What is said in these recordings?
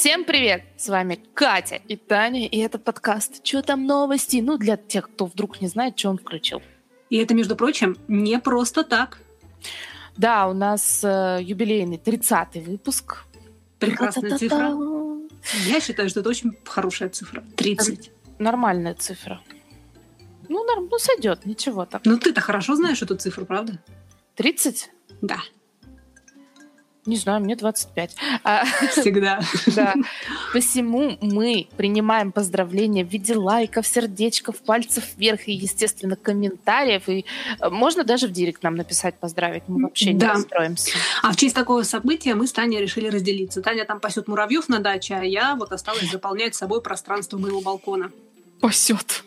Всем привет! С вами Катя и Таня, и это подкаст «Чё там новости?» Ну, для тех, кто вдруг не знает, что он включил. И это, между прочим, не просто так. Да, у нас юбилейный 30-й выпуск. Прекрасная цифра. Я считаю, что это очень хорошая цифра. 30. Нормальная цифра. Ну, сойдет, ничего так. Ну, ты-то хорошо знаешь эту цифру, правда? 30? Да. Не знаю, мне 25. Всегда. Да. Посему мы принимаем поздравления в виде лайков, сердечков, пальцев вверх и, естественно, комментариев. И можно даже в директ нам написать, поздравить. Мы вообще не расстроимся. А в честь такого события мы с Таней решили разделиться. Таня там пасет муравьев на даче, а я вот осталась заполнять собой пространство моего балкона. Пасет.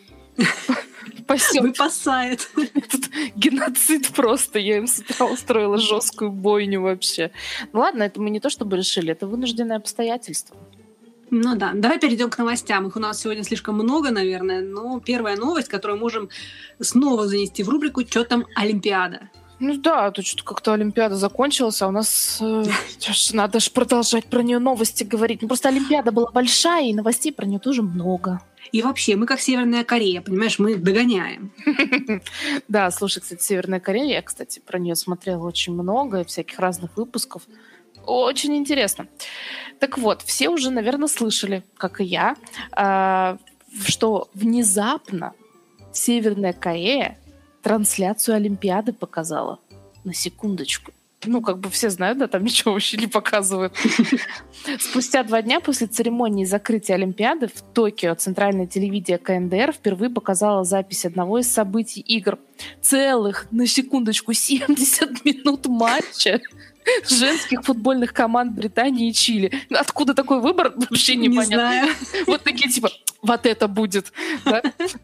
Выпасает. Этот геноцид просто. Я им с утра устроила жесткую бойню вообще. Ну ладно, это мы не то чтобы решили, это вынужденное обстоятельство. Ну да, давай перейдем к новостям. Их у нас сегодня слишком много, наверное. Но первая новость, которую можем снова занести в рубрику «Чё там Олимпиада?». Ну да, тут что-то как-то Олимпиада закончилась, а у нас надо же продолжать про нее новости говорить. Ну просто Олимпиада была большая, и новостей про нее тоже много. И вообще, мы как Северная Корея, понимаешь, мы догоняем. Да, слушай, кстати, Северная Корея, я, кстати, про нее смотрела очень много, всяких разных выпусков. Очень интересно. Так вот, все уже, наверное, слышали, как и я, что внезапно Северная Корея трансляцию Олимпиады показала. На секундочку. Ну, как бы все знают, да, там ничего вообще не показывают. Спустя 2 дня после церемонии закрытия Олимпиады в Токио центральное телевидение КНДР впервые показало запись одного из событий игр. Целых, на секундочку, 70 минут матча женских футбольных команд Британии и Чили. Откуда такой выбор, вообще непонятно. Не знаю. Вот такие типа, вот это будет. Да?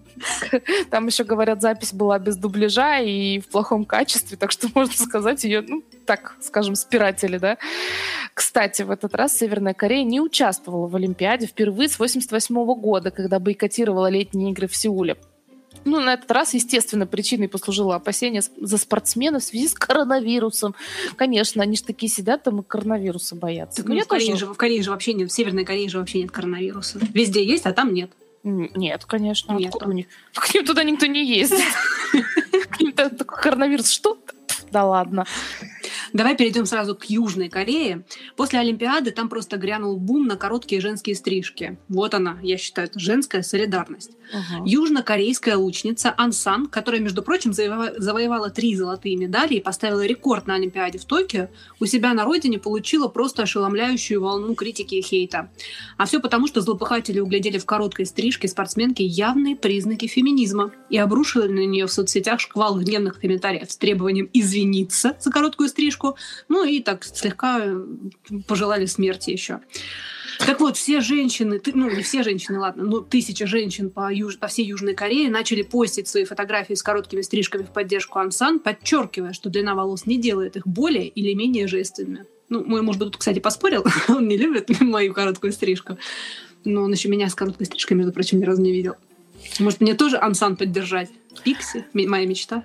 Там еще, говорят, запись была без дубляжа и в плохом качестве, так что, можно сказать, ее, ну, так, скажем, спиратели, да. Кстати, в этот раз Северная Корея не участвовала в Олимпиаде впервые с 1988 года, когда бойкотировала летние игры в Сеуле. Ну, на этот раз, естественно, причиной послужило опасение за спортсменов в связи с коронавирусом. Конечно, они же такие сидят там и коронавируса боятся. Так, в Корее же вообще нет, в Северной Корее же вообще нет коронавируса. Везде есть, а там нет. Нет, конечно. Нет. Откуда у них? К ним туда никто не ездит. К ним такой коронавирус. Что? Да ладно. Давай перейдем сразу к Южной Корее. После Олимпиады там просто грянул бум на короткие женские стрижки. Вот она, я считаю, это женская солидарность. Южнокорейская лучница Ан Сан, которая, между прочим, завоевала 3 золотые медали и поставила рекорд на Олимпиаде в Токио, у себя на родине получила просто ошеломляющую волну критики и хейта. А все потому, что злопыхатели углядели в короткой стрижке спортсменки явные признаки феминизма и обрушили на нее в соцсетях шквал гневных комментариев с требованием извиниться за короткую стрижку. Ну и так слегка пожелали смерти еще. Так вот, все женщины, ну не все женщины, ладно, но 1000 женщин по всей Южной Корее начали постить свои фотографии с короткими стрижками в поддержку Ан Сан, подчеркивая, что длина волос не делает их более или менее женственными. Ну, мой муж бы тут, кстати, поспорил, он не любит мою короткую стрижку, но он еще меня с короткой стрижкой, между прочим, ни разу не видел. Может, мне тоже Ан Сан поддержать? Пикси, моя мечта.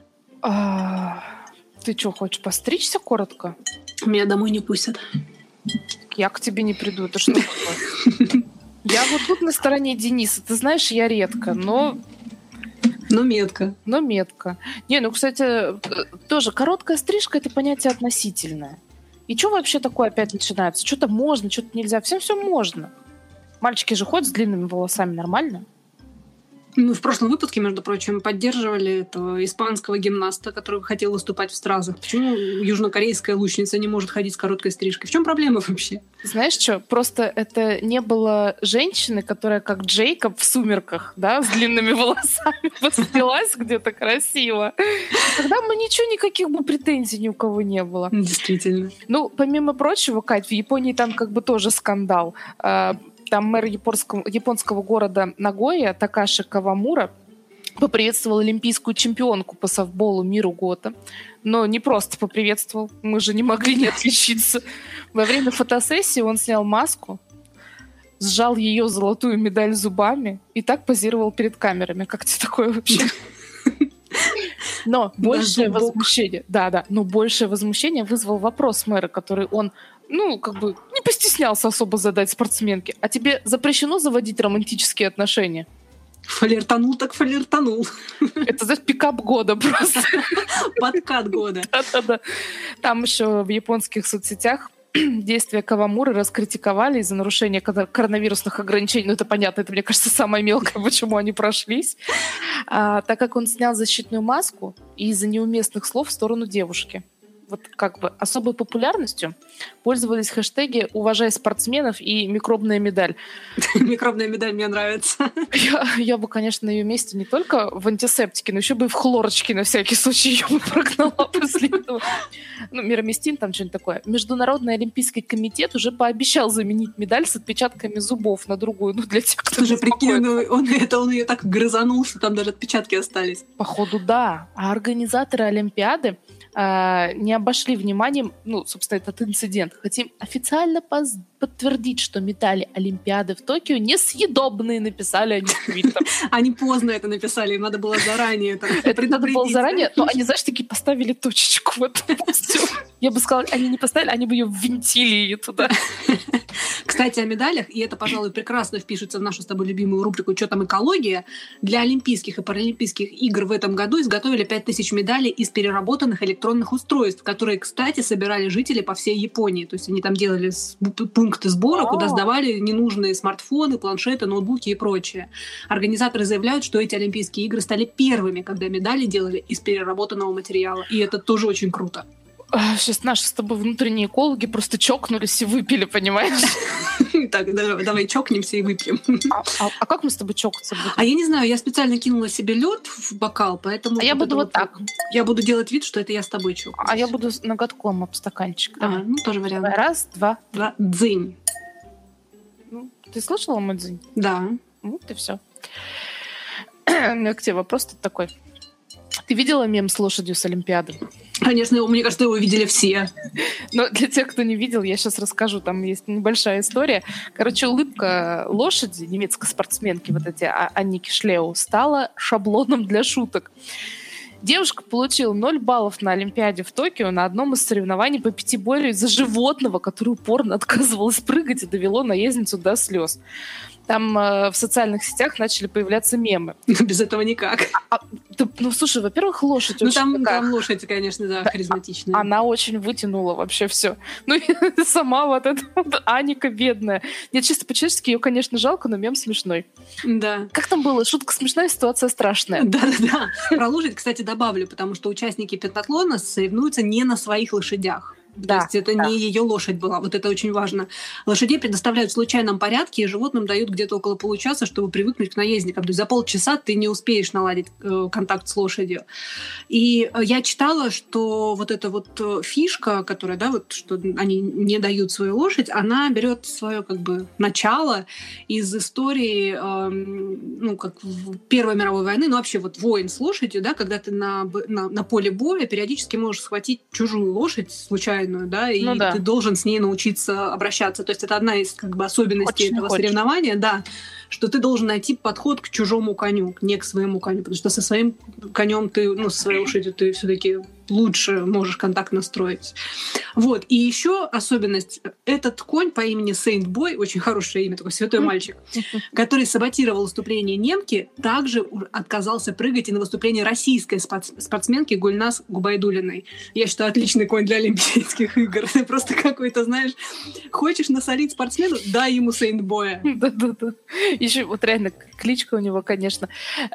Ты что, хочешь постричься коротко? Меня домой не пустят. Я к тебе не приду. Это что такое? Я вот тут на стороне Дениса. Ты знаешь, я редко, но... Но метко. Но метко. Не, ну, кстати, тоже короткая стрижка — это понятие относительное. И что вообще такое опять начинается? Что-то можно, что-то нельзя. Всем все можно. Мальчики же ходят с длинными волосами нормально. Мы в прошлом выпуске, между прочим, поддерживали этого испанского гимнаста, который хотел выступать в стразах. Почему южнокорейская лучница не может ходить с короткой стрижкой? В чем проблема вообще? Знаешь что? Просто это не было женщины, которая, как Джейкоб в «Сумерках», да, с длинными волосами подстилась где-то красиво. Тогда мы никаких бы претензий ни у кого не было. Действительно. Ну, помимо прочего, Кать, в Японии там как бы тоже скандал. Там мэр японского города Нагоя Такаши Кавамура поприветствовал олимпийскую чемпионку по софтболу Миру Гота. Но не просто поприветствовал, мы же не могли не отличиться. Во время фотосессии он снял маску, сжал ее золотую медаль зубами и так позировал перед камерами. Как тебе такое вообще? Но большее возмущение, но большее возмущение вызвал вопрос мэра, который он, ну, как бы не стеснялся особо задать спортсменке. А тебе запрещено заводить романтические отношения? Флиртанул так флиртанул. Это, знаешь, пикап года просто. Подкат года. Да-да-да. Там еще в японских соцсетях действия Кавамуры раскритиковали из-за нарушения коронавирусных ограничений. Ну, это понятно, это, мне кажется, самое мелкое, почему они прошлись. Так как он снял защитную маску и из-за неуместных слов в сторону девушки. Вот как бы особой популярностью пользовались хэштеги «Уважай спортсменов» и «Микробная медаль». Микробная медаль мне нравится. Я бы, конечно, на ее месте не только в антисептике, но еще бы и в хлорочке на всякий случай ее бы прогнала после этого. Ну, мироместин, там что-нибудь такое. Международный олимпийский комитет уже пообещал заменить медаль с отпечатками зубов на другую. Ну, для тех, кто Слушай, прикинь, он ее так грызанул, что там даже отпечатки остались. Походу, да. А организаторы Олимпиады не обошли вниманием, ну, собственно, этот инцидент. Хотим официально подтвердить, что медали Олимпиады в Токио несъедобные, написали они в Твиттер. Они поздно это написали, им надо было заранее это надо было заранее, но они, знаешь, такие поставили точечку в этом. Я бы сказала, они не поставили, они бы ее ввинтили туда. Кстати, о медалях, и это, пожалуй, прекрасно впишется в нашу с тобой любимую рубрику «Чё там экология?». Для Олимпийских и Паралимпийских игр в этом году изготовили 5000 медалей из переработанных электронных устройств, которые, кстати, собирали жители по всей Японии. То есть они там делали пункты сбора, куда сдавали ненужные смартфоны, планшеты, ноутбуки и прочее. Организаторы заявляют, что эти Олимпийские игры стали первыми, когда медали делали из переработанного материала. И это тоже очень круто. Сейчас наши с тобой внутренние экологи просто чокнулись и выпили, понимаешь? Так, давай чокнемся и выпьем. А как мы с тобой чокаться будем? А я не знаю, я специально кинула себе лед в бокал, поэтому... А я буду вот так. Я буду делать вид, что это я с тобой чокаюсь. А я буду ноготком об стаканчик. Ну, тоже вариант. Давай, раз, два. Дзынь. Ну, ты слышала мой дзынь? Да. Ну, ты все. У меня к тебе вопрос тут такой. Ты видела мем с лошадью с Олимпиады? Конечно, мне кажется, его видели все. Но для тех, кто не видел, я сейчас расскажу. Там есть небольшая история. Короче, улыбка лошади, немецкой спортсменки, вот эти Анники Шлеу, стала шаблоном для шуток. Девушка получила 0 баллов на Олимпиаде в Токио на одном из соревнований по пятиборью из-за животного, которое упорно отказывалось прыгать и довело наездницу до слез. Там в социальных сетях начали появляться мемы. Без этого никак. Ну, слушай, во-первых, лошадь очень такая... там лошадь, конечно, да, харизматичная. Она очень вытянула вообще все. Ну, и сама вот эта вот Аника бедная. Нет, чисто по-человечески ее, конечно, жалко, но мем смешной. Да. Как там было? Шутка смешная, ситуация страшная. Да-да-да. Про лошадь, кстати, добавлю, потому что участники пентатлона соревнуются не на своих лошадях. Да, то есть это не ее лошадь была, вот это очень важно. Лошадей предоставляют в случайном порядке, и животным дают где-то около получаса, чтобы привыкнуть к наездникам. То есть за полчаса ты не успеешь наладить контакт с лошадью. И я читала, что вот эта вот фишка, которая, да, вот что они не дают свою лошадь, она берет свое как бы начало из истории, ну, как Первой мировой войны, ну, вообще вот войн с лошадью, да, когда ты на поле боя периодически можешь схватить чужую лошадь случайно, да, и ты должен с ней научиться обращаться. То есть это одна из как бы особенностей этого соревнования, да, что ты должен найти подход к чужому коню, не к своему коню, потому что со своим конем ты, ну, со своей лошадью ты все-таки лучше можешь контакт настроить. Вот. И еще особенность. Этот конь по имени Saint Boy, очень хорошее имя, такой святой мальчик, который саботировал выступление немки, также отказался прыгать и на выступление российской спортсменки Гульназ Губайдуллиной. Я считаю, отличный конь для Олимпийских игр. Ты просто какой-то, знаешь, хочешь насолить спортсмену, дай ему Saint Boy. Да-да-да. Еще вот реально кличка у него, конечно.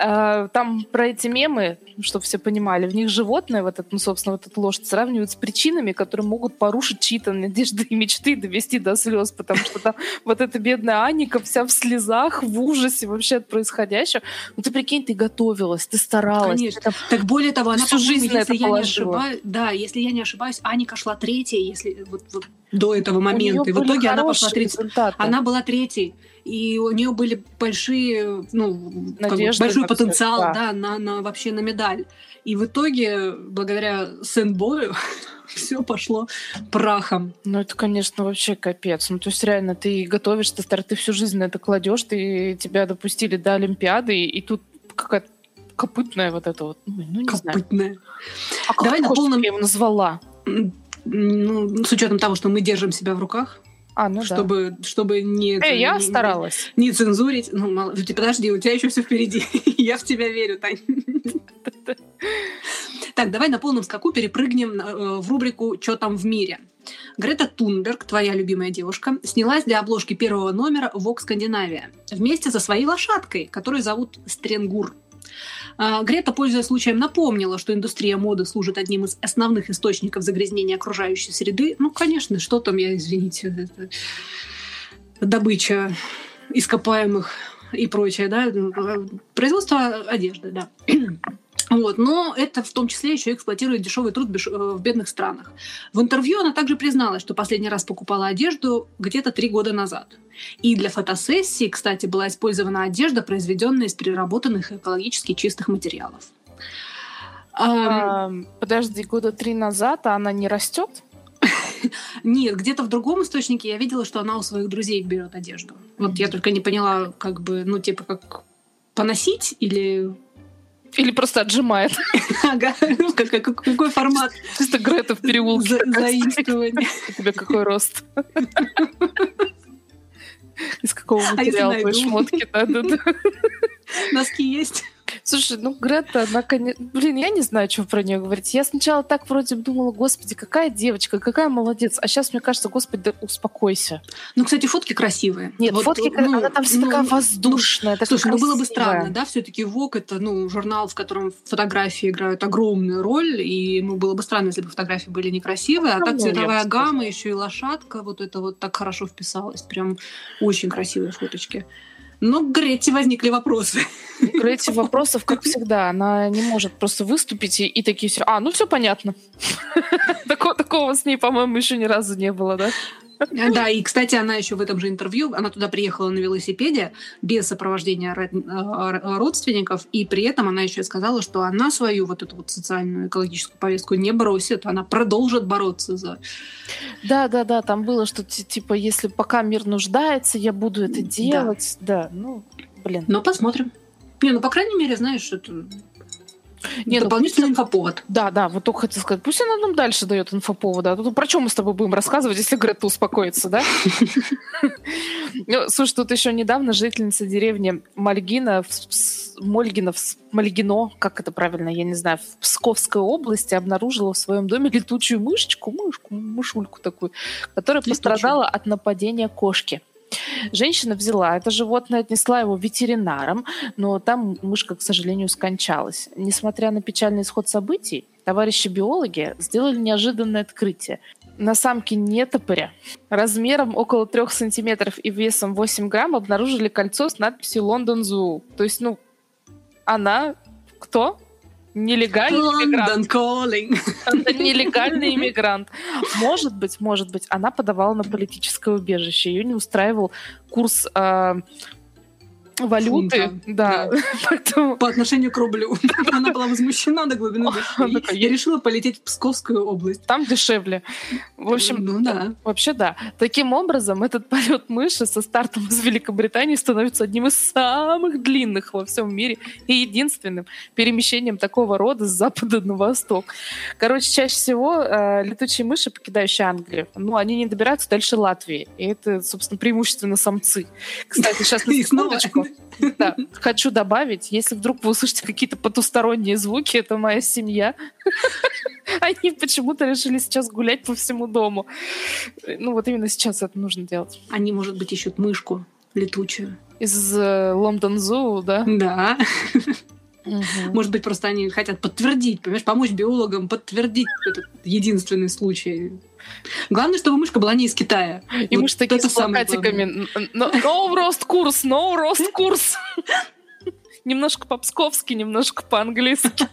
Там про эти мемы, чтобы все понимали, в них животное, вот это, ну, собственно, вот эту лошадь сравнивают с причинами, которые могут порушить чьи-то надежды и мечты, довести до слез, потому что там вот эта бедная Аника вся в слезах, в ужасе вообще от происходящего. Ну ты прикинь, ты готовилась, ты старалась. Конечно. Так более того, она, всю жизнь если я не ошибаюсь, да, если я не ошибаюсь, Аника шла третьей, если вот до этого момента. И в итоге она пошла третьей. Она была третьей. И у нее были большие, ну, надежды, большой потенциал, да, на вообще на медаль. И в итоге, благодаря Сент-Бою, все пошло прахом. Ну, это, конечно, вообще капец. Ну, то есть, реально, ты готовишься, ты всю жизнь на это кладешь, тебя допустили до Олимпиады, и тут какая-то копытная вот эта вот, ну, не копытная. Знаю. А давай на полном... я его назвала? Ну, с учетом того, что мы держим себя в руках. Ну чтобы я старалась. Не цензурить. Ну, подожди, у тебя еще все впереди. Я в тебя верю, Тань. Так, давай на полном скаку перепрыгнем в рубрику «Чё там в мире?». Грета Тунберг, твоя любимая девушка, снялась для обложки первого номера Vogue Скандинавия вместе со своей лошадкой, которую зовут Стренгур. Грета, пользуясь случаем, напомнила, что индустрия моды служит одним из основных источников загрязнения окружающей среды. Ну, конечно, что там, извините, добыча ископаемых и прочее, да, производство одежды, да. Вот. Но это в том числе еще эксплуатирует дешевый труд в бедных странах. В интервью она также призналась, что последний раз покупала одежду где-то 3 года назад. И для фотосессии, кстати, была использована одежда, произведенная из переработанных экологически чистых материалов. Подожди, 3 года назад, а она не растет? Нет, где-то в другом источнике я видела, что она у своих друзей берет одежду. Вот я только не поняла, как поносить или... Или просто отжимает. Ага, какой формат? Чисто Грета в переулке. Заимствование. У тебя какой рост? Из какого материала твои шмотки? Да. Носки есть? Слушай, Грета, она, конечно... я не знаю, что про нее говорить. Я сначала так вроде думала, господи, какая девочка, какая молодец. А сейчас мне кажется, господи, да успокойся. Кстати, фотки красивые. Нет, фотки, она там вся такая воздушная. Слушай, было бы странно, да? Все-таки Vogue — это, журнал, в котором фотографии играют огромную роль. И, было бы странно, если бы фотографии были некрасивые. А так цветовая гамма, еще и лошадка, вот это вот так хорошо вписалась. Прям очень красивые фоточки. Но к Грете возникли вопросы. У Грети вопросов, как всегда. Она не может просто выступить и такие все. Все понятно. Такого с ней, по-моему, еще ни разу не было, да? Да, и, кстати, она еще в этом же интервью, она туда приехала на велосипеде без сопровождения родственников, и при этом она еще сказала, что она свою вот эту вот социальную экологическую повестку не бросит, она продолжит бороться за... Да, там было, что типа, если пока мир нуждается, я буду это делать. Да, блин. Но посмотрим. По крайней мере, знаешь, это... дополнительный инфоповод. Да, вот только хотел сказать. Пусть она нам дальше дает инфоповод. А тут про чем мы с тобой будем рассказывать, если Грета успокоится, да? Слушай, тут еще недавно жительница деревни Мальгино, как это правильно, я не знаю, в Псковской области обнаружила в своем доме летучую мышульку такую, которая пострадала от нападения кошки. Женщина взяла это животное, отнесла его ветеринарам, но там мышка, к сожалению, скончалась. Несмотря на печальный исход событий, товарищи-биологи сделали неожиданное открытие. На самке нетопыря размером около 3 сантиметров и весом 8 грамм обнаружили кольцо с надписью «London Zoo». То есть, она кто? Нелегальный иммигрант. Это нелегальный иммигрант. Может быть, она подавала на политическое убежище. Ее не устраивал курс валюты. Да. Поэтому... По отношению к рублю. Она была возмущена до глубины души. Я решила полететь в Псковскую область. Там дешевле. В общем, да. Вообще да. Таким образом, этот полет мыши со стартом из Великобритании становится одним из самых длинных во всем мире и единственным перемещением такого рода с запада на восток. Короче, чаще всего летучие мыши, покидающие Англию, они не добираются дальше Латвии. И это, собственно, преимущественно самцы. Кстати, сейчас на секундочку. Да, хочу добавить, если вдруг вы услышите какие-то потусторонние звуки, это моя семья. Они почему-то решили сейчас гулять по всему дому. Вот именно сейчас это нужно делать. Они, может быть, ищут мышку летучую. Из London Zoo, да? Да. Может быть, просто они хотят подтвердить, понимаешь, помочь биологам подтвердить этот единственный случай. Главное, чтобы мышка была не из Китая. И мышь такие с плакатиками. No рост курс. Немножко по-псковски, немножко по-английски.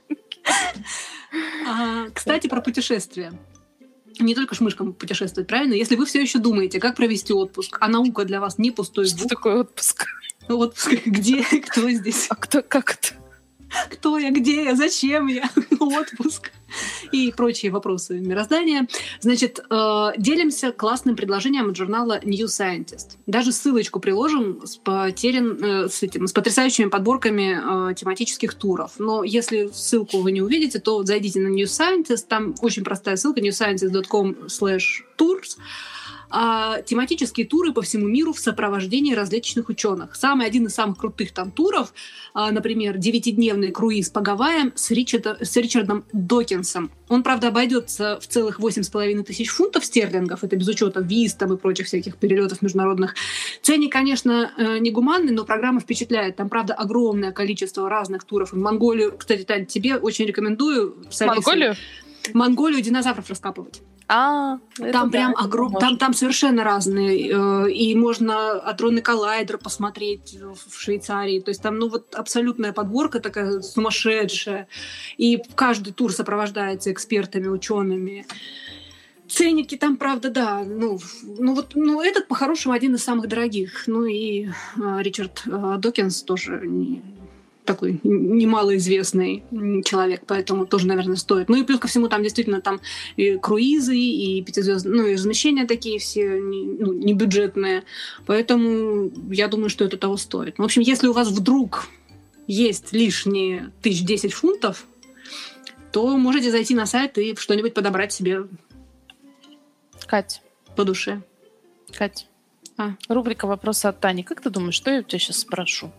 Кстати, про путешествия. Не только ж мышкам путешествовать, правильно? Если вы все еще думаете, как провести отпуск, а наука для вас не пустой звук. Что такое отпуск? Отпуск где? Кто здесь? Как это? Кто я? Где я? Зачем я? Отпуск. И прочие вопросы мироздания. Значит, делимся классным предложением от журнала New Scientist. Даже ссылочку приложим с потрясающими подборками тематических туров. Но если ссылку вы не увидите, то зайдите на New Scientist. Там очень простая ссылка newscientist.com/tours. тематические туры по всему миру в сопровождении различных ученых. Один из самых крутых там туров, например, 9-дневный круиз по Гавайям с Ричардом Докинсом. Он, правда, обойдется в целых 8,5 тысяч фунтов стерлингов, это без учета виз там и прочих всяких перелетов международных. Ценник, конечно, негуманный, но программа впечатляет. Там, правда, огромное количество разных туров. В Монголию, кстати, Тань, тебе очень рекомендую. Монголию динозавров раскапывать. Там прям там совершенно разные. И можно адронный коллайдер посмотреть в Швейцарии. То есть там абсолютная подборка такая сумасшедшая. И каждый тур сопровождается экспертами, учеными. Ценники там, правда, да. Этот, по-хорошему, один из самых дорогих. И Ричард Докинс тоже такой немалоизвестный человек, поэтому тоже, наверное, стоит. И плюс ко всему там действительно там и круизы, и пятизвездные, и размещения такие все не бюджетные. Поэтому я думаю, что это того стоит. В общем, если у вас вдруг есть лишние 1010 фунтов, то можете зайти на сайт и что-нибудь подобрать себе. Кать. По душе. Кать. Рубрика «Вопросы от Тани». Как ты думаешь, что я у тебя сейчас спрошу?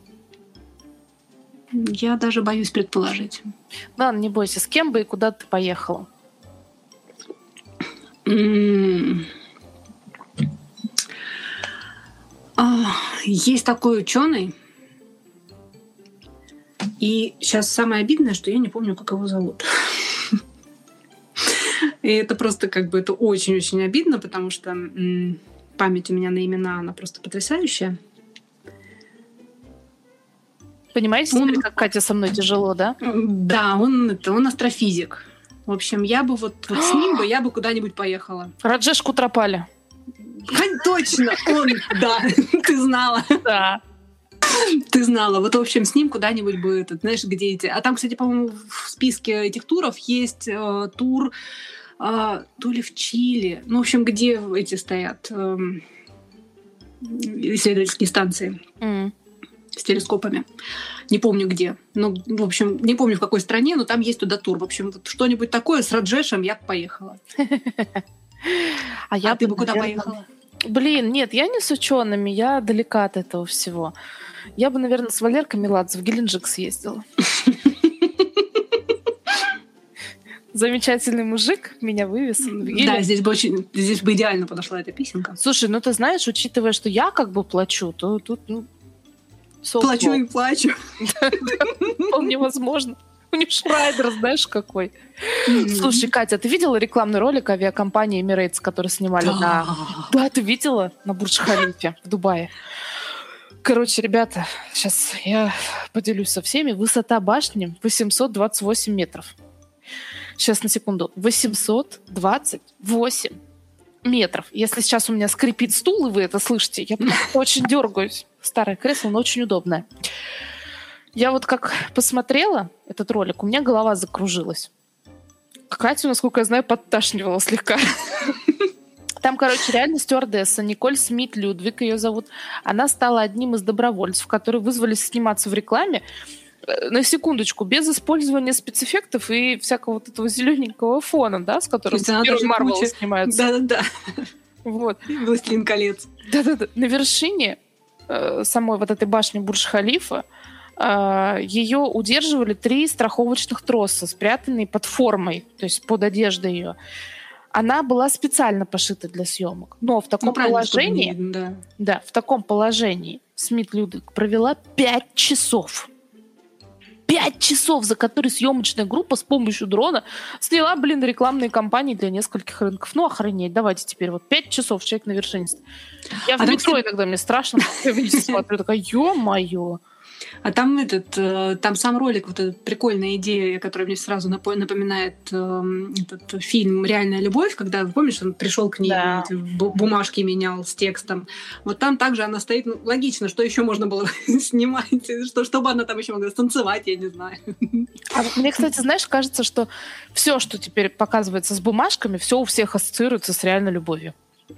Я даже боюсь предположить. Ладно, не бойся. С кем бы и куда ты поехала? Есть такой ученый. И сейчас самое обидное, что я не помню, как его зовут. И это просто это очень-очень обидно, потому что память у меня на имена, она просто потрясающая. Понимаете, теперь, как Катя со мной тяжело, да? Да, он астрофизик. В общем, я бы с ним я бы куда-нибудь поехала. Раджеш Кутрапали. Точно, он, да, ты знала. Да. Ты знала. В общем, с ним куда-нибудь бы, знаешь, где эти... А там, кстати, по-моему, в списке этих туров есть тур то ли в Чили. В общем, где эти стоят исследовательские станции. С телескопами. Не помню где. В общем, не помню в какой стране, но там есть туда тур. В общем, что-нибудь такое с Раджешем я бы поехала. А ты бы куда поехала? Блин, нет, я не с учеными, я далека от этого всего. Я бы, наверное, с Валеркой Меладзе в Геленджик съездила. Замечательный мужик меня вывез. Да, здесь бы идеально подошла эта песенка. Слушай, ты знаешь, учитывая, что я плачу, то тут, плачу и плачу. Вполне возможно. У них Шрайдер, знаешь, какой. Слушай, Катя, ты видела рекламный ролик авиакомпании Emirates, который снимали на... Да, ты видела? На Бурдж-Халифе в Дубае. Короче, ребята, сейчас я поделюсь со всеми. Высота башни 828 метров. Сейчас, на секунду. 828 метров. Если сейчас у меня скрипит стул, и вы это слышите, я очень дергаюсь. Старое кресло, но очень удобное. Я как посмотрела этот ролик, у меня голова закружилась. Катю, насколько я знаю, подташнивала слегка. Там, реально стюардесса Николь Смит Людвиг, ее зовут. Она стала одним из добровольцев, которые вызвались сниматься в рекламе. На секундочку, без использования спецэффектов и всякого этого зелененького фона, да, с которым герои Марвел снимаются. Да-да-да. «Властелин колец». Да-да-да. На вершине самой этой башни Бурдж-Халифа ее удерживали 3 страховочных троса, спрятанные под формой, то есть под одеждой ее. Она была специально пошита для съемок. Но в таком положении... Да, в таком положении Смит Людвиг провела 5 часов. 5 часов, за которые съемочная группа с помощью дрона сняла, рекламные кампании для нескольких рынков. Охренеть, давайте теперь 5 часов человек на вершине. Я в метро иногда, мне страшно, я смотрю, такая, ё-моё. А там там сам ролик, эта прикольная идея, которая мне сразу напоминает этот фильм «Реальная любовь», когда, помнишь, он пришел к ней, да. Бумажки менял с текстом. Там также она стоит, логично, что еще можно было снимать, чтобы она там еще могла станцевать, я не знаю. А мне, кстати, знаешь, кажется, что все, что теперь показывается с бумажками, все у всех ассоциируется с реальной любовью.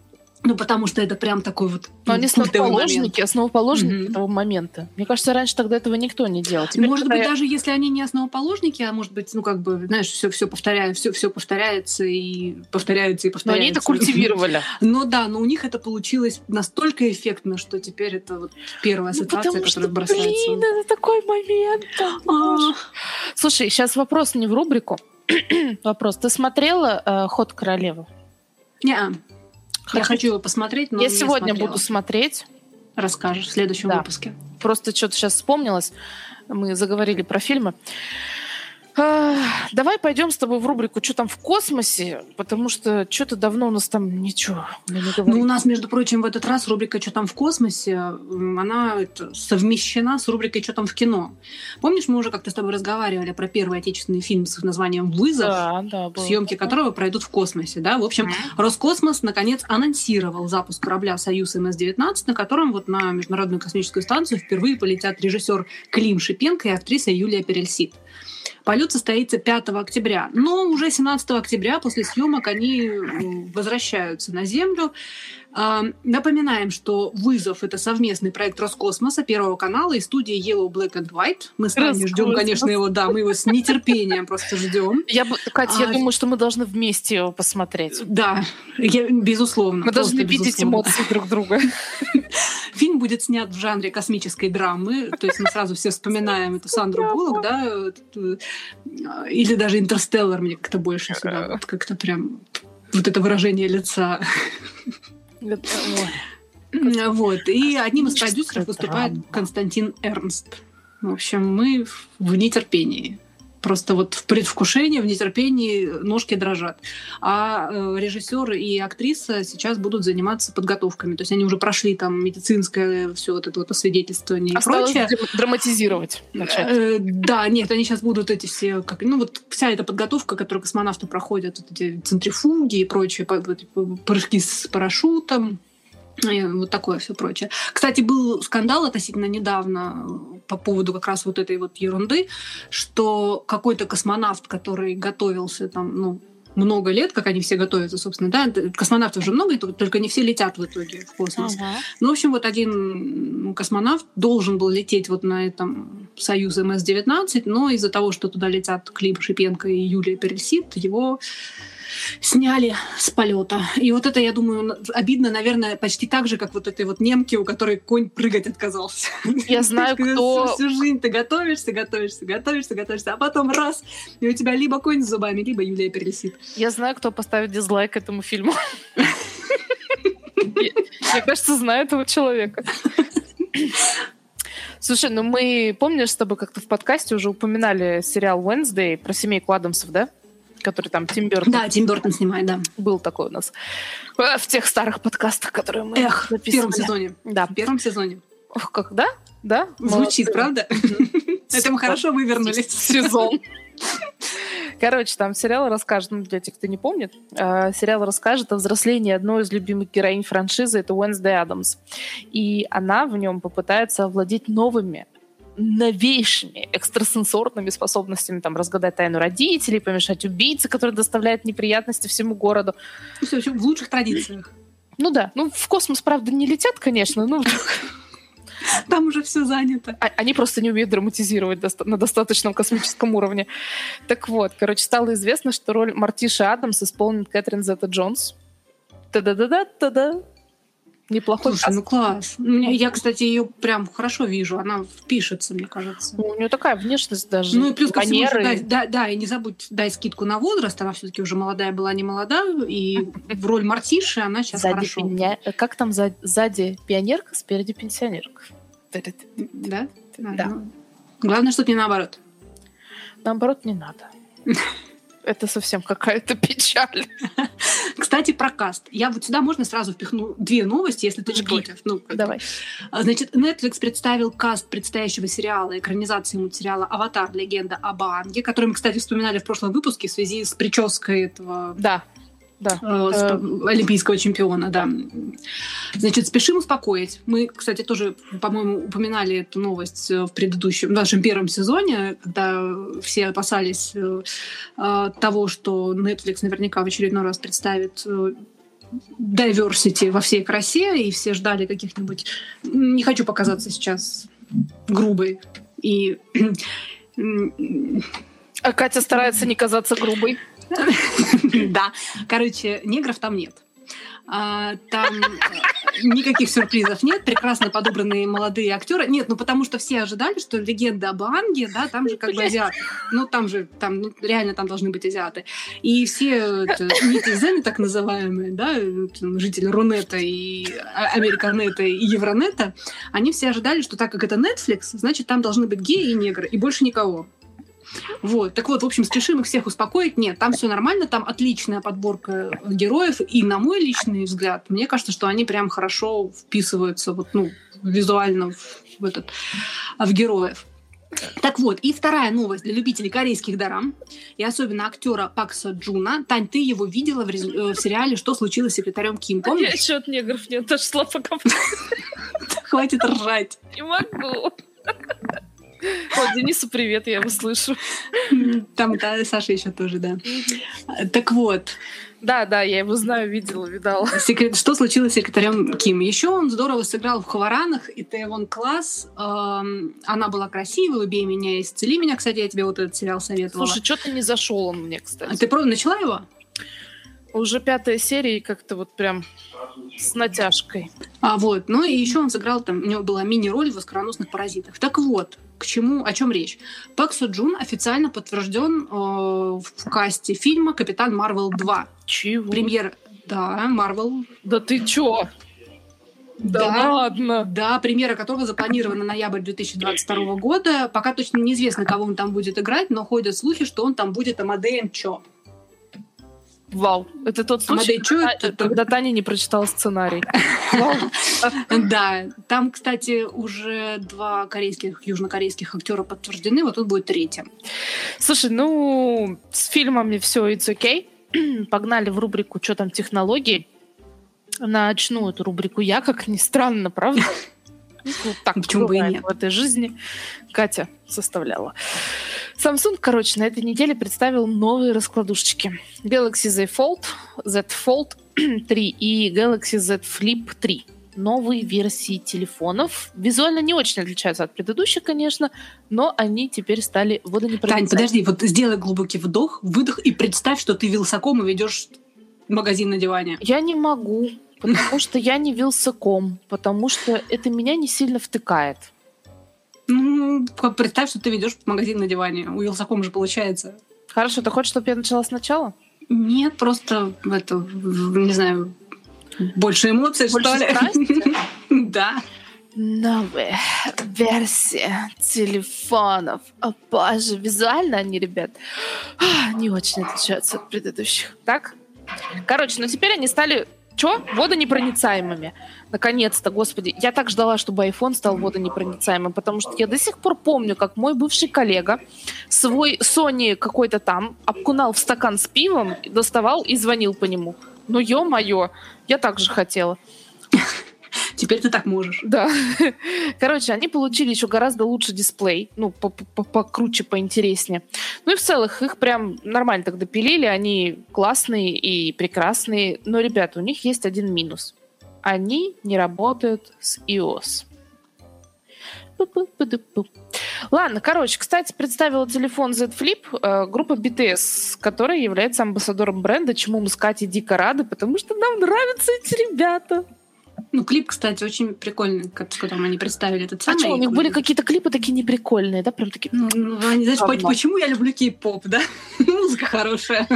Ну, потому что это прям такой вот Но они основоположники этого момента. Мне кажется, раньше тогда этого никто не делал. Теперь может быть, даже если они не основоположники, а может быть, знаешь, все повторяется и повторяется. Но они это культивировали. Но у них это получилось настолько эффектно, что теперь это вот первая ассоциация, которая бросается. Это такой момент. Слушай, сейчас вопрос не в рубрику. Вопрос. Ты смотрела «Ход королевы»? Не-а. Я хочу его посмотреть, но я сегодня буду смотреть. Расскажешь в следующем выпуске. Просто что-то сейчас вспомнилось. Мы заговорили про фильмы. Давай пойдем с тобой в рубрику «Что там в космосе?», потому что что-то давно у нас там ничего не говорит. Ну, у нас, между прочим, в этот раз рубрика «Что там в космосе?», она совмещена с рубрикой «Что там в кино?». Помнишь, мы уже как-то с тобой разговаривали про первый отечественный фильм с названием «Вызов», съемки которого пройдут в космосе, да? В общем, Роскосмос, наконец, анонсировал запуск корабля «Союз МС-19», на котором вот на Международную космическую станцию впервые полетят режиссер Клим Шипенко и актриса Юлия Перельсид. Полет состоится 5 октября. Но уже 17 октября после съемок они возвращаются на Землю. Напоминаем, что «Вызов» — это совместный проект Роскосмоса, Первого канала и студии Yellow, Black and White. Мы с вами ждем, конечно, его, мы его с нетерпением просто ждем. Катя, я думаю, что мы должны вместе его посмотреть. Да, безусловно. Мы должны видеть эмоции друг друга. Фильм будет снят в жанре космической драмы, то есть мы сразу все вспоминаем эту Сандру Буллок, да, или даже «Интерстеллар» мне как-то больше сюда, вот как-то прям вот это выражение лица. Вот. И одним из продюсеров выступает Константин Эрнст. В общем, мы в нетерпении. Просто вот в предвкушении, в нетерпении ножки дрожат. А режиссер и актриса сейчас будут заниматься подготовками. То есть они уже прошли там медицинское все вот это вот освидетельствование и прочее. Драматизировать начать. Да, нет, они сейчас будут эти все... вся эта подготовка, которую космонавты проходят, вот эти центрифуги и прочие прыжки с парашютом. Вот такое все прочее. Кстати, был скандал относительно недавно по поводу как раз вот этой вот ерунды, что какой-то космонавт, который готовился там, много лет, как они все готовятся, собственно, да, космонавтов же много, только не все летят в итоге в космос. Ну, в общем, вот один космонавт должен был лететь вот на этом «Союз МС-19», но из-за того, что туда летят Клим Шипенко и Юлия Перельсид, его сняли с полета. И вот это, я думаю, обидно, наверное, почти так же, как вот этой вот немке, у которой конь прыгать отказался. Я знаю, кто... Всю жизнь ты готовишься, а потом раз, и у тебя либо конь с зубами, либо Юлия Перельсид. Я знаю, кто поставит дизлайк этому фильму. Я, кажется, знаю этого человека. Слушай, мы, помнишь, с тобой как-то в подкасте уже упоминали сериал «Wednesday» про семейку Адамсов, да? Который там Тим Бёртон. Да, Тим Бёртон снимает, да. Был такой у нас в тех старых подкастах, которые мы записывали. В первом сезоне. Да. В первом сезоне. Ох, как, да? Да? Звучит, правда? Это мы хорошо вывернулись. Сезон. Короче, там сериал расскажет, для тех, кто не помнит, сериал расскажет о взрослении одной из любимых героинь франшизы, это Уэнсдей Адамс. И она в нем попытается овладеть новейшими экстрасенсорными способностями, там, разгадать тайну родителей, помешать убийце, который доставляет неприятности всему городу. Все в лучших традициях. Ну да. В космос, правда, не летят, конечно, там уже все занято. Они просто не умеют драматизировать на достаточном космическом уровне. Так вот, стало известно, что роль Мартиши Адамс исполнит Кэтрин Зета-Джонс. Та-да-да-да-та-да. Неплохой. Слушай, класс. Я, кстати, ее прям хорошо вижу. Она впишется, мне кажется. У нее такая внешность даже. И плюс ко всему, и не забудь, дай скидку на возраст. Она все-таки уже молодая была, не молода. И в роль Мартиши она сейчас хорошо. Как там сзади пионерка, спереди пенсионерка. Да? Да. Главное, чтобы не наоборот. Наоборот, не надо. Это совсем какая-то печаль. Кстати, про каст. Я вот сюда можно сразу впихну 2 новости, если ты не против. Давай. Значит, Netflix представил каст предстоящего сериала, экранизации мультсериала «Аватар. Легенда об Аанге», который мы, кстати, вспоминали в прошлом выпуске в связи с прической этого... Да. Олимпийского чемпиона, да. Значит, спешим успокоить. Мы, кстати, тоже, по-моему, упоминали эту новость в нашем первом сезоне, когда все опасались того, что Netflix наверняка в очередной раз представит diversity во всей красе, и все ждали каких-нибудь... Не хочу показаться сейчас грубой. И... А Катя старается не казаться грубой. Да. Короче, негров там нет. Там никаких сюрпризов нет, прекрасно подобранные молодые актеры. Нет, ну потому что все ожидали, что легенда об Аанге, да, там же как бы азиаты. Ну там реально там должны быть азиаты. И все нетизены так называемые, да, жители Рунета и Американета и Евронета, они все ожидали, что так как это Netflix, значит там должны быть геи и негры, и больше никого. Вот. Так вот, в общем, спешим их всех успокоить. Нет, там все нормально, там отличная подборка героев. И, на мой личный взгляд, мне кажется, что они прям хорошо вписываются вот, ну, визуально в героев. Так вот, и вторая новость для любителей корейских дорам, и особенно актера Пак Со Джуна. Тань, ты его видела в сериале «Что случилось с секретарем Ким», помнишь? Я еще от негров не отошла пока. Хватит ржать. Не могу. О, Денису привет, я его слышу. Там Саша еще тоже, да. Так вот. Да, я его знаю, видала. Что случилось с секретарем Ким? Еще он здорово сыграл в «Хваранах» и «Тэвон Класс». Она была красивой, «Убей меня, исцели меня». Кстати, я тебе вот этот сериал советовала. Слушай, что-то не зашел он мне, кстати. А ты правда начала его? Уже 5-я серия, и как-то вот прям с натяжкой. Вот. Ну и еще он сыграл, там, у него была мини-роль в «Оскароносных паразитах». Так вот, о чем речь? Пак Со Джун официально подтвержден в касте фильма «Капитан Марвел 2». Чего? Премьера... Да, Марвел. Да ты чё? Да ладно? Да, премьера которого запланирована на ноябрь 2022 года. Пока точно неизвестно, кого он там будет играть, но ходят слухи, что он там будет Амадеем Чо. Вау, это тот случай, когда Таня не прочитала сценарий. Да, там, кстати, уже 2 южнокорейских актера подтверждены, вот тут будет 3-й. Слушай, ну, с фильмами все it's okay. Погнали в рубрику «Что там технологии?». Начну эту рубрику я, как ни странно, правда? Так почему бы и нет? В этой жизни Катя составляла. Samsung, на этой неделе представил новые раскладушечки. Galaxy Z Fold 3 и Galaxy Z Flip 3. Новые версии телефонов. Визуально не очень отличаются от предыдущих, конечно, но они теперь стали водонепроницаемыми. Тань, подожди, вот сделай глубокий вдох, выдох и представь, что ты вилсаком и ведешь магазин на диване. Я не могу, потому что я не вилсаком, потому что это меня не сильно втыкает. Ну, представь, что ты ведешь магазин на диване. У Вилсаком же получается. Хорошо, ты хочешь, чтобы я начала сначала? Нет, просто не знаю, больше эмоций, больше что ли? Страсти? Да. Новая версия телефонов. О, боже, визуально они, ребят, не очень отличаются от предыдущих. Так? Ну теперь они стали... водонепроницаемыми. Наконец-то, господи. Я так ждала, чтобы iPhone стал водонепроницаемым, потому что я до сих пор помню, как мой бывший коллега свой Sony какой-то там окунал в стакан с пивом, доставал и звонил по нему. Ну, ё-моё, я так же хотела. Теперь ты так можешь. Да. Они получили еще гораздо лучше дисплей. Ну, покруче, поинтереснее. Ну и в целом их прям нормально так допилили. Они классные и прекрасные. Но, ребята, у них есть один минус. Они не работают с iOS. Ладно, кстати, представила телефон Z Flip группа BTS, которая является амбассадором бренда, чему мы с Катей дико рады, потому что нам нравятся эти ребята. Ну, клип, кстати, очень прикольный, в котором они представили этот самый. А что, у них были какие-то клипы такие неприкольные, да? Прям такие... Ну, они, знаешь, почему я люблю кей-поп, да? Музыка хорошая.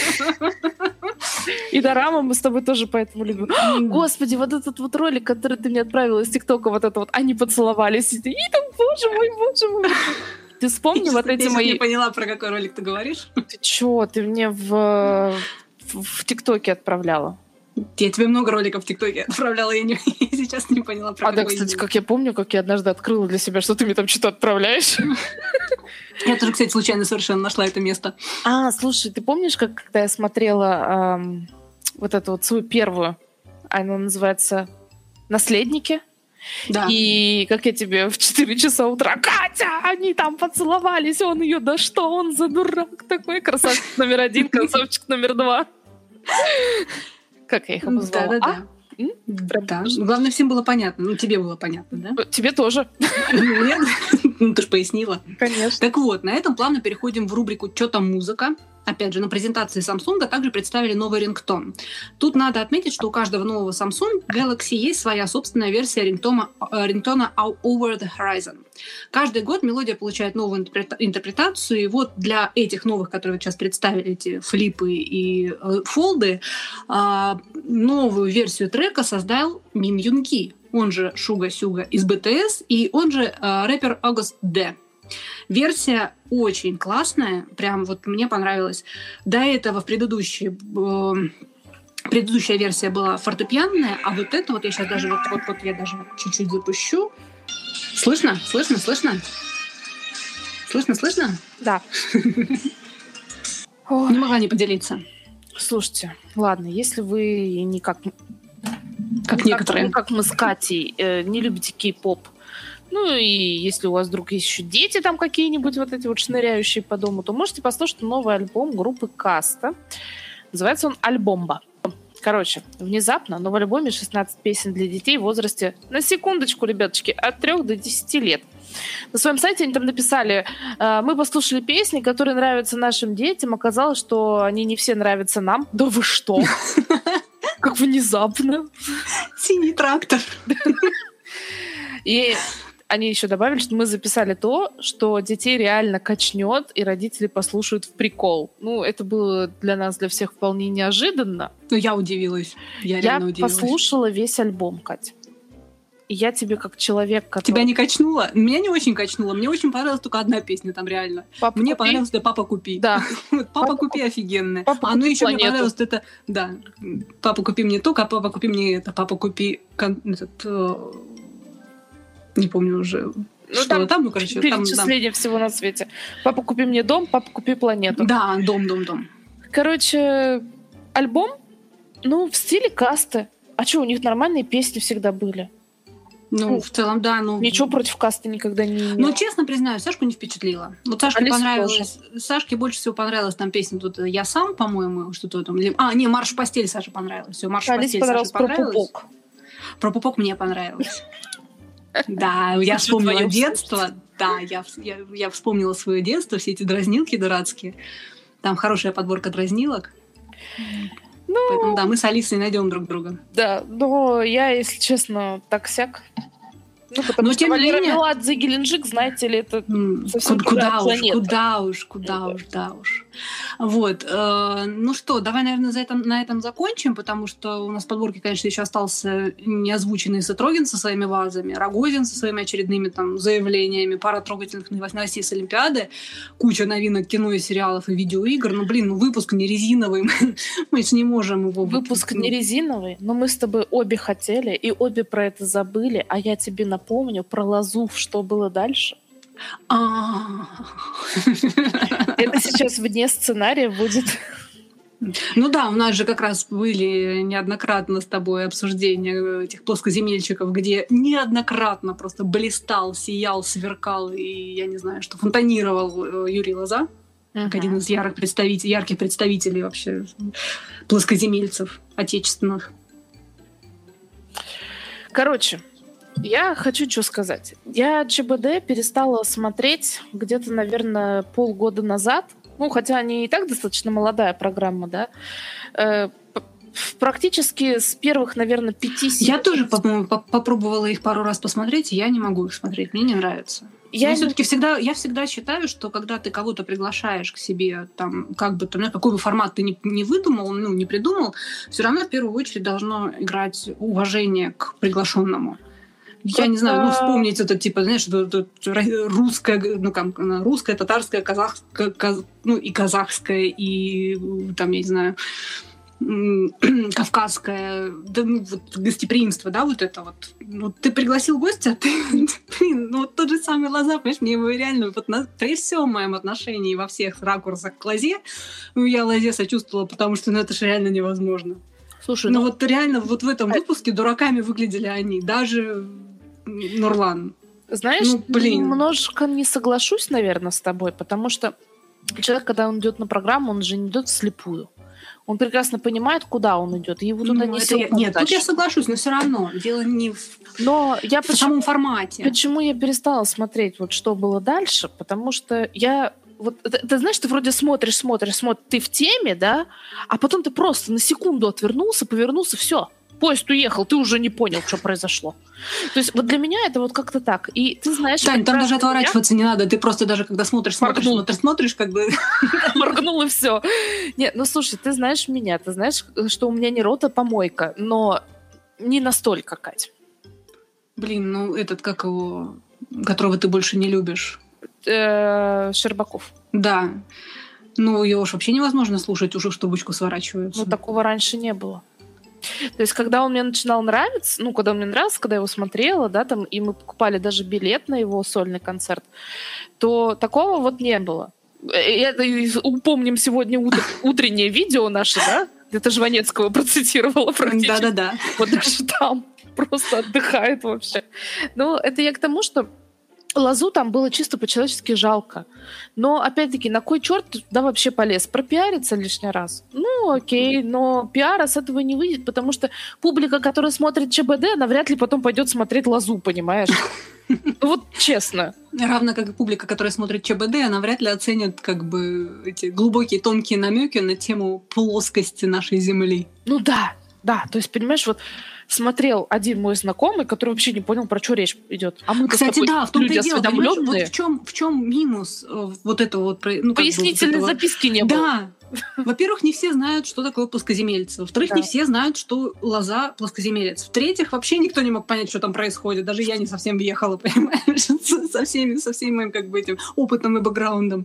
И дораму мы с тобой тоже поэтому любим. Господи, вот этот вот ролик, который ты мне отправила из ТикТока, вот это вот, они поцеловались. И там, боже мой. Ты вспомни вот эти мои... Я не поняла, про какой ролик ты говоришь. Ты чё? Ты мне в ТикТоке отправляла. Я тебе много роликов в ТикТоке отправляла, я сейчас не поняла, про да, кстати, как я помню, как я однажды открыла для себя, что ты мне там что-то отправляешь. Я тоже, кстати, случайно совершенно нашла это место. Слушай, ты помнишь, когда я смотрела вот эту вот свою первую, она называется «Наследники»? Да. И как я тебе в 4 часа утра: Катя, они там поцеловались, он ее, да что он за дурак такой, красавчик номер 1, красавчик номер 2. Как я их обозвала? Да-да-да. Да. Главное, всем было понятно. Ну, тебе было понятно, да? Тебе тоже. Нет? Ну, ты же пояснила. Конечно. Так вот, на этом плавно переходим в рубрику «Чё там музыка?». Опять же, на презентации Samsung также представили новый рингтон. Тут надо отметить, что у каждого нового Samsung Galaxy есть своя собственная версия рингтона Over the Horizon. Каждый год мелодия получает новую интерпретацию, и вот для этих новых, которые вы сейчас представили, эти флипы и фолды, новую версию трека создал Мин Юн Ки, он же Шуга Сюга из BTS, и он же рэпер August D. Версия очень классная, прям вот мне понравилась. До этого предыдущая версия была фортепианная, а вот это вот я сейчас даже вот я даже чуть-чуть запущу. Слышно? Слышно? Да. Не могла не поделиться. Слушайте, ладно, если вы не как некоторые, как мы с Катей, не любите кей-поп, ну и если у вас вдруг есть еще дети там какие-нибудь вот эти вот шныряющие по дому, то можете послушать новый альбом группы Каста. Называется он «Альбомба». Короче, внезапно, но в альбоме 16 песен для детей в возрасте, на секундочку, ребяточки, от 3 до 10 лет. На своем сайте они там написали: мы послушали песни, которые нравятся нашим детям, оказалось, что они не все нравятся нам. Да вы что? Как внезапно. Синий трактор. И они еще добавили, что мы записали то, что детей реально качнет, и родители послушают в прикол. Ну, это было для нас, для всех вполне неожиданно. Ну, я удивилась. Я реально удивилась. Послушала весь альбом, Катя. И я тебе как человек, который... Тебя не качнуло? Меня не очень качнуло. Мне очень понравилась только одна песня там реально. Мне понравилось это «Папа, купи». Да. «Папа, купи» офигенная. Ну еще мне понравилось это... Да. «Папа, купи мне то, папа, купи мне это, папа, купи...» Не помню уже, что там, ну, короче... Перечисление всего на свете. «Папа, купи мне дом», «Папа, купи планету». Да, дом. Короче, альбом, ну, в стиле Касты. А что, у них нормальные песни всегда были. Ну, в целом, да. Ну, ничего против Касты никогда не имела. Ну, честно признаюсь, Сашку не впечатлила. Вот Сашке понравилось. Сашке больше всего понравилась там песня тут «Я сам», по-моему, что-то там. «Марш в постель» Саше понравилось. Все, «Марш в постель» Саше понравилось. Про пупок. Про пупок мне понравилось. Да, я вспомнила детство. Да, я вспомнила свое детство, все эти дразнилки дурацкие. Там хорошая подборка дразнилок. Ну, поэтому, да, мы с Алисой найдем друг друга. Да, но я, если честно, так-сяк. Ну, потому что Валера Меладзе, Геленджик, знаете ли, это совсем куда уж. Вот. Ну что, давай, наверное, на этом закончим, потому что у нас в подборке, конечно, еще остался неозвученный Сатрогин со своими вазами, Рогозин со своими очередными там заявлениями, пара трогательных новостей с Олимпиады, куча новинок кино и сериалов и видеоигр. Ну, выпуск не резиновый, мы же не можем его... Выпуск не резиновый, но мы с тобой обе хотели, и обе про это забыли, а я тебе напомню про лозу, что было дальше. Это сейчас вне сценария будет. Ну да, у нас же как раз были неоднократно с тобой обсуждения этих плоскоземельчиков, где неоднократно просто блистал, сиял, сверкал и, я не знаю, что фонтанировал Юрий Лоза, как один из ярких представителей вообще плоскоземельцев отечественных. Короче, я хочу что сказать. Я ЧБД перестала смотреть где-то, наверное, полгода назад. Ну, хотя они и так достаточно молодая программа, да. Практически с первых, наверное, 5 серий. Я тоже, по-моему, попробовала их пару раз посмотреть, и я не могу их смотреть. Мне не нравится. Я всегда считаю, что когда ты кого-то приглашаешь к себе, там, как бы там, какой бы формат ты не выдумал, не придумал, все равно в первую очередь должно играть уважение к приглашенному. Я не знаю, вспомнить это, типа, знаешь, русская, татарская, казахская, и казахская, и там, я не знаю, кавказское, да, вот, гостеприимство, да, вот это вот. Ну, ты пригласил гостя, вот тот же самый Лоза, понимаешь, мне его реально, вот при всем моем отношении во всех ракурсах к Лозе, я Лозе сочувствовала, потому что, это же реально невозможно. Слушай, вот реально вот в этом выпуске дураками выглядели они, даже Нурлан. Знаешь, немножко не соглашусь, наверное, с тобой, потому что человек, когда он идет на программу, он же не идет вслепую. Он прекрасно понимает, куда он идет, и его туда несет. Нет, тут я соглашусь, но все равно дело не в самом формате. Почему я перестала смотреть, вот что было дальше? Потому что я... Вот, ты знаешь, ты вроде смотришь, ты в теме, да, а потом ты просто на секунду отвернулся, повернулся, все, поезд уехал, ты уже не понял, что произошло. То есть вот для меня это вот как-то так. И ты знаешь... Тань, там даже отворачиваться не надо, ты просто даже когда смотришь, как бы... Моргнул и все. Нет, ну слушай, ты знаешь меня, ты знаешь, что у меня не рот, а помойка, но не настолько, Кать. Блин, ну этот, как его, которого ты больше не любишь... Щербаков. Да. Ну, его ж вообще невозможно слушать, уже в трубочку сворачиваются. Ну, такого раньше не было. То есть, когда он мне начинал нравиться, ну, когда он мне нравился, когда я его смотрела, да, там, и мы покупали даже билет на его сольный концерт, то такого вот не было. Это упомним сегодня утреннее видео наше, да? Это Жванецкого процитировала практически. Да-да-да. Вот даже там просто отдыхает вообще. Ну, это я к тому, что Лозу там было чисто по-человечески жалко. Но, опять-таки, на кой черт ты туда вообще полез? Пропиариться лишний раз? Ну, окей, но пиара с этого не выйдет, потому что публика, которая смотрит ЧБД, она вряд ли потом пойдет смотреть Лозу, понимаешь? Вот честно. Равно как и публика, которая смотрит ЧБД, она вряд ли оценит как бы эти глубокие тонкие намеки на тему плоскости нашей Земли. Ну да, то есть, понимаешь, вот смотрел один мой знакомый, который вообще не понял, про что речь идет. А мы, кстати, да, в том-то и дело. Вот в чем минус вот этого вот... Ну, пояснительной записки не было. Да. Во-первых, не все знают, что такое плоскоземельцы. Во-вторых, не все знают, что Лоза плоскоземелец. В-третьих, вообще никто не мог понять, что там происходит. Даже я не совсем въехала, понимаешь, со всем моим как бы этим опытом и бэкграундом.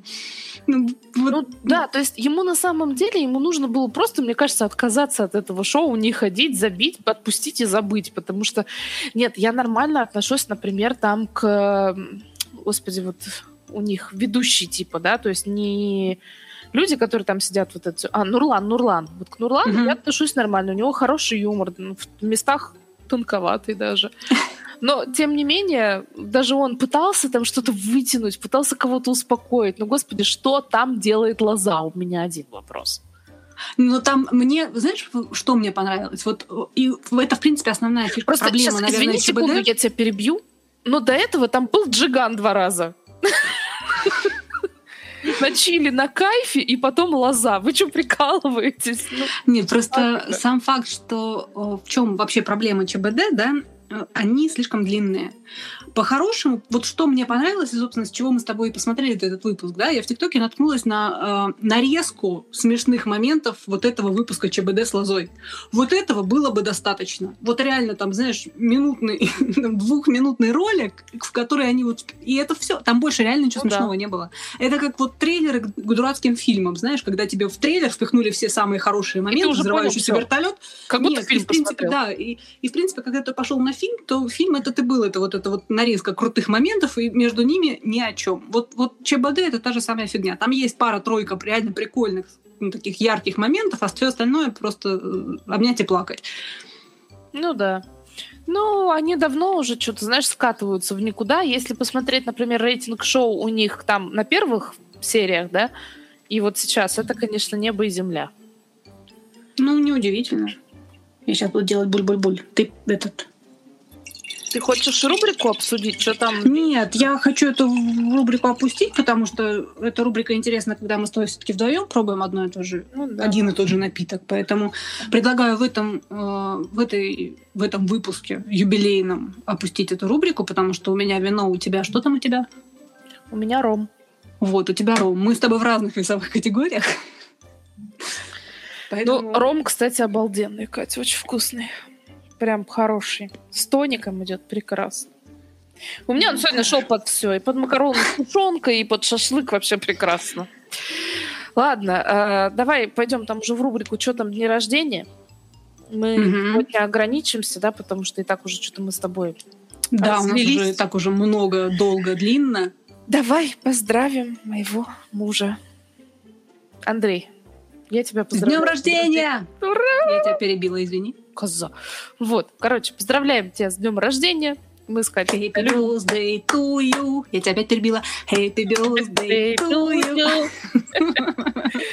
Да, то есть ему на самом деле, ему нужно было просто, мне кажется, отказаться от этого шоу, не ходить, забить, отпустить и забыть. Потому что, нет, я нормально отношусь, например, там к... Господи, вот у них ведущий типа, да, то есть не... Люди, которые там сидят, вот это... Нурлан. Вот к Нурлану я отношусь нормально. У него хороший юмор. В местах тонковатый даже. Но, тем не менее, даже он пытался там что-то вытянуть, пытался кого-то успокоить. Ну, господи, что там делает Лоза? У меня один вопрос. Ну, там мне... Знаешь, что мне понравилось? Вот и это, в принципе, основная фишка, просто проблема, сейчас, наверное, извини секунду, я тебя перебью. Но до этого там был Джиган 2 раза. На чили, на кайфе, и потом Лоза. Вы что, прикалываетесь? Нет, просто сам факт, что в чем вообще проблема ЧБД, да, они слишком длинные. По-хорошему, вот что мне понравилось, и, собственно, с чего мы с тобой посмотрели этот выпуск, да, я в ТикТоке наткнулась на нарезку смешных моментов вот этого выпуска ЧБД с Лозой. Вот этого было бы достаточно. Вот реально там, знаешь, двухминутный ролик, в который они вот... И это все. Там больше реально ничего смешного не было. Это как вот трейлеры к дурацким фильмам, знаешь, когда тебе в трейлер впихнули все самые хорошие моменты, взрывающийся вертолет. Как будто фильм посмотрел. Да, и в принципе, когда ты пошел на фильм, то фильм это был, это вот нарезка крутых моментов, и между ними ни о чем. Вот ЧБД это та же самая фигня. Там есть пара-тройка реально прикольных, таких ярких моментов, а все остальное просто обнять и плакать. Ну да. Ну, они давно уже что-то, знаешь, скатываются в никуда. Если посмотреть, например, рейтинг-шоу у них там на первых сериях, да, и вот сейчас, это, конечно, небо и земля. Ну, неудивительно. Я сейчас буду делать буль-буль-буль. Ты хочешь рубрику обсудить? Что там? Нет, я хочу эту рубрику опустить, потому что эта рубрика интересна, когда мы с тобой все-таки вдвоем пробуем одно и то же, один и тот же напиток. Поэтому предлагаю в этом выпуске юбилейном опустить эту рубрику, потому что у меня вино, у тебя что там у тебя? У меня ром. Вот, у тебя ром. Мы с тобой в разных весовых категориях. Поэтому... Ну, ром, кстати, обалденный, Катя, очень вкусный. Прям хороший. С тоником идет прекрасно. У меня он сегодня шел под все. И под макароны с тушенкой, и под шашлык вообще прекрасно. Ладно, давай пойдем там уже в рубрику «Что там, дни рождения?». Мы сегодня ограничимся, да, потому что и так уже что-то мы с тобой да, разлились. У нас уже и так уже много, долго, длинно. Давай поздравим моего мужа. Андрей, я тебя поздравляю. С днем рождения! Ура! Я тебя перебила, извини. Коза. Вот, короче, поздравляем тебя с днем рождения. Мы с Катей. Happy birthday to you. Я тебя опять перебила. Happy birthday to you.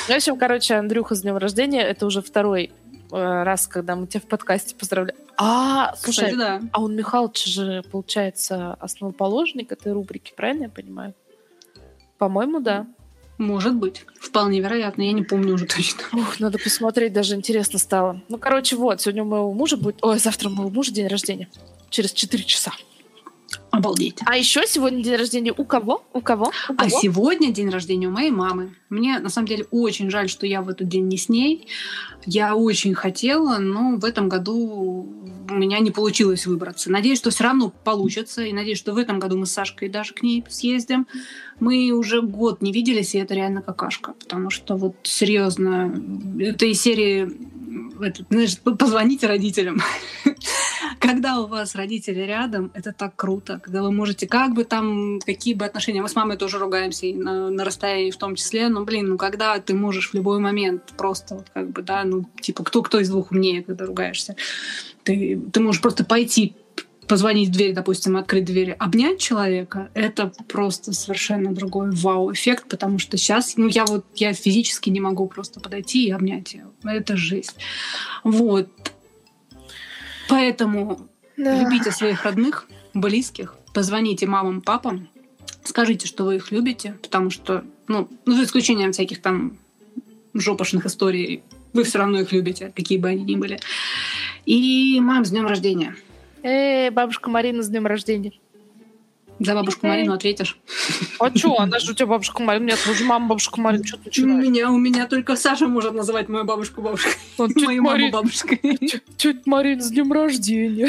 В общем, короче, Андрюха, с днем рождения. Это уже второй раз, когда мы тебя в подкасте поздравляем. Слушай, Кстати, да. а он, Михалыч, же, получается, основоположник этой рубрики, правильно я понимаю? По-моему, да. Может быть. Вполне вероятно. Я не помню уже точно. Надо посмотреть, даже интересно стало. Ну, короче, вот, сегодня у моего мужа будет... завтра у моего мужа день рождения. Через 4 часа. Обалдеть. А еще сегодня день рождения у кого? А сегодня день рождения у моей мамы. Мне, на самом деле, очень жаль, что я в этот день не с ней. Я очень хотела, но в этом году у меня не получилось выбраться. Надеюсь, что все равно получится. И надеюсь, что в этом году мы с Сашкой даже к ней съездим. Мы уже год не виделись, и это реально какашка. Потому что вот серьезно, это из серии... знаешь, позвоните родителям. Когда у вас родители рядом, это так круто. Когда вы можете, как бы там, какие бы отношения... Мы с мамой тоже ругаемся, и на расстоянии в том числе. Но, когда ты можешь в любой момент просто вот как бы, да, кто из двух умнее, когда ругаешься. Ты можешь просто пойти, позвонить в дверь, допустим, открыть дверь, обнять человека. Это просто совершенно другой вау-эффект, потому что сейчас, я физически не могу просто подойти и обнять ее. Это жесть. Вот. Поэтому любите своих родных, близких, позвоните мамам, папам, скажите, что вы их любите, потому что, за исключением всяких там жопошных историй, вы все равно их любите, какие бы они ни были. И мам, с днем рождения. Бабушка Марина, с днем рождения. За бабушку Марину ответишь. А что? Она же у тебя бабушка Марина. Нет, уже мама бабушка Марина. Что ты начинаешь? У меня только Саша может называть мою бабушку бабушкой. Мою маму бабушкой. Тетя Марина, с днем рождения.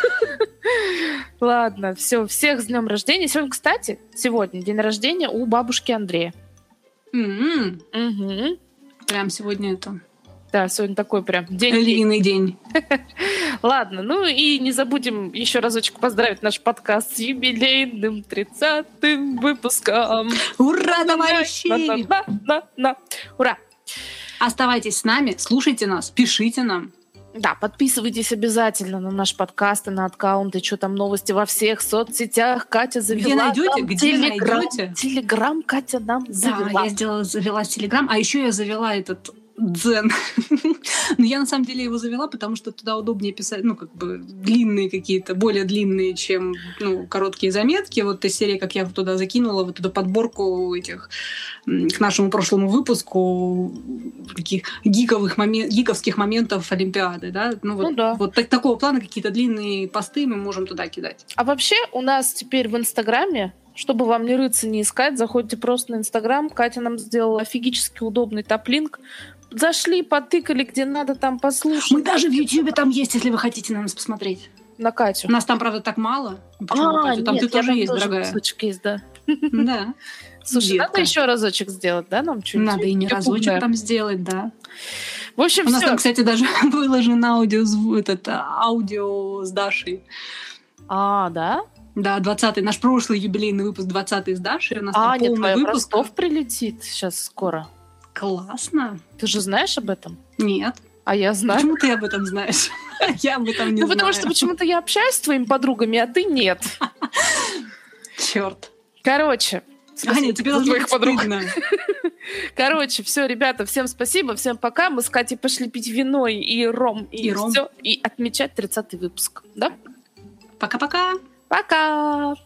Ладно, все, всех с днем рождения. Сегодня, кстати, день рождения у бабушки Андрея. Прям сегодня это... Да, сегодня такой прям день. Длинный день. Ладно, и не забудем еще разочек поздравить наш подкаст с юбилейным 30-м выпуском. Ура, товарищи! Ура! Оставайтесь с нами, слушайте нас, пишите нам. Да, подписывайтесь обязательно на наш подкаст и на аккаунты, что там новости во всех соцсетях. Катя завела. Где найдете? Телеграм Катя нам завела. Да, я завела Телеграм, а еще я завела этот Дзен. Но я на самом деле его завела, потому что туда удобнее писать, длинные какие-то, более длинные, чем короткие заметки. Вот из серии, как я туда закинула, вот эту подборку этих к нашему прошлому выпуску таких гиковских моментов Олимпиады, да? Вот такого плана какие-то длинные посты мы можем туда кидать. А вообще у нас теперь в Инстаграме, чтобы вам не рыться, не искать, заходите просто на Инстаграм. Катя нам сделала офигически удобный топ-линк. Зашли, потыкали, где надо, там послушать. Мы даже в Ютьюбе там есть, если вы хотите на нас посмотреть. На Катю. Нас там, правда, так мало. Почему, там ты тоже есть, дорогая. Кусочек есть, да. Да. Слушай, надо еще разочек сделать, да, нам чуть-чуть? Надо и не разочек там сделать, да. В общем, у нас там, кстати, даже выложен аудио с Дашей. Да? Да, 20-й. Наш прошлый юбилейный выпуск 20-й с Дашей. У нас там нет, полный выпуск. Ростов прилетит сейчас скоро. Классно. Ты же знаешь об этом? Нет. А я знаю. Почему ты об этом знаешь? Я об этом не знаю. Потому что почему-то я общаюсь с твоими подругами, а ты нет. Черт. Короче. Аня, тебе должно быть стыдно. Короче, все, ребята, всем спасибо, всем пока. Мы с Катей пошли пить вино и ром, и все, и отмечать 30-й выпуск. Да? Пока-пока. Пока!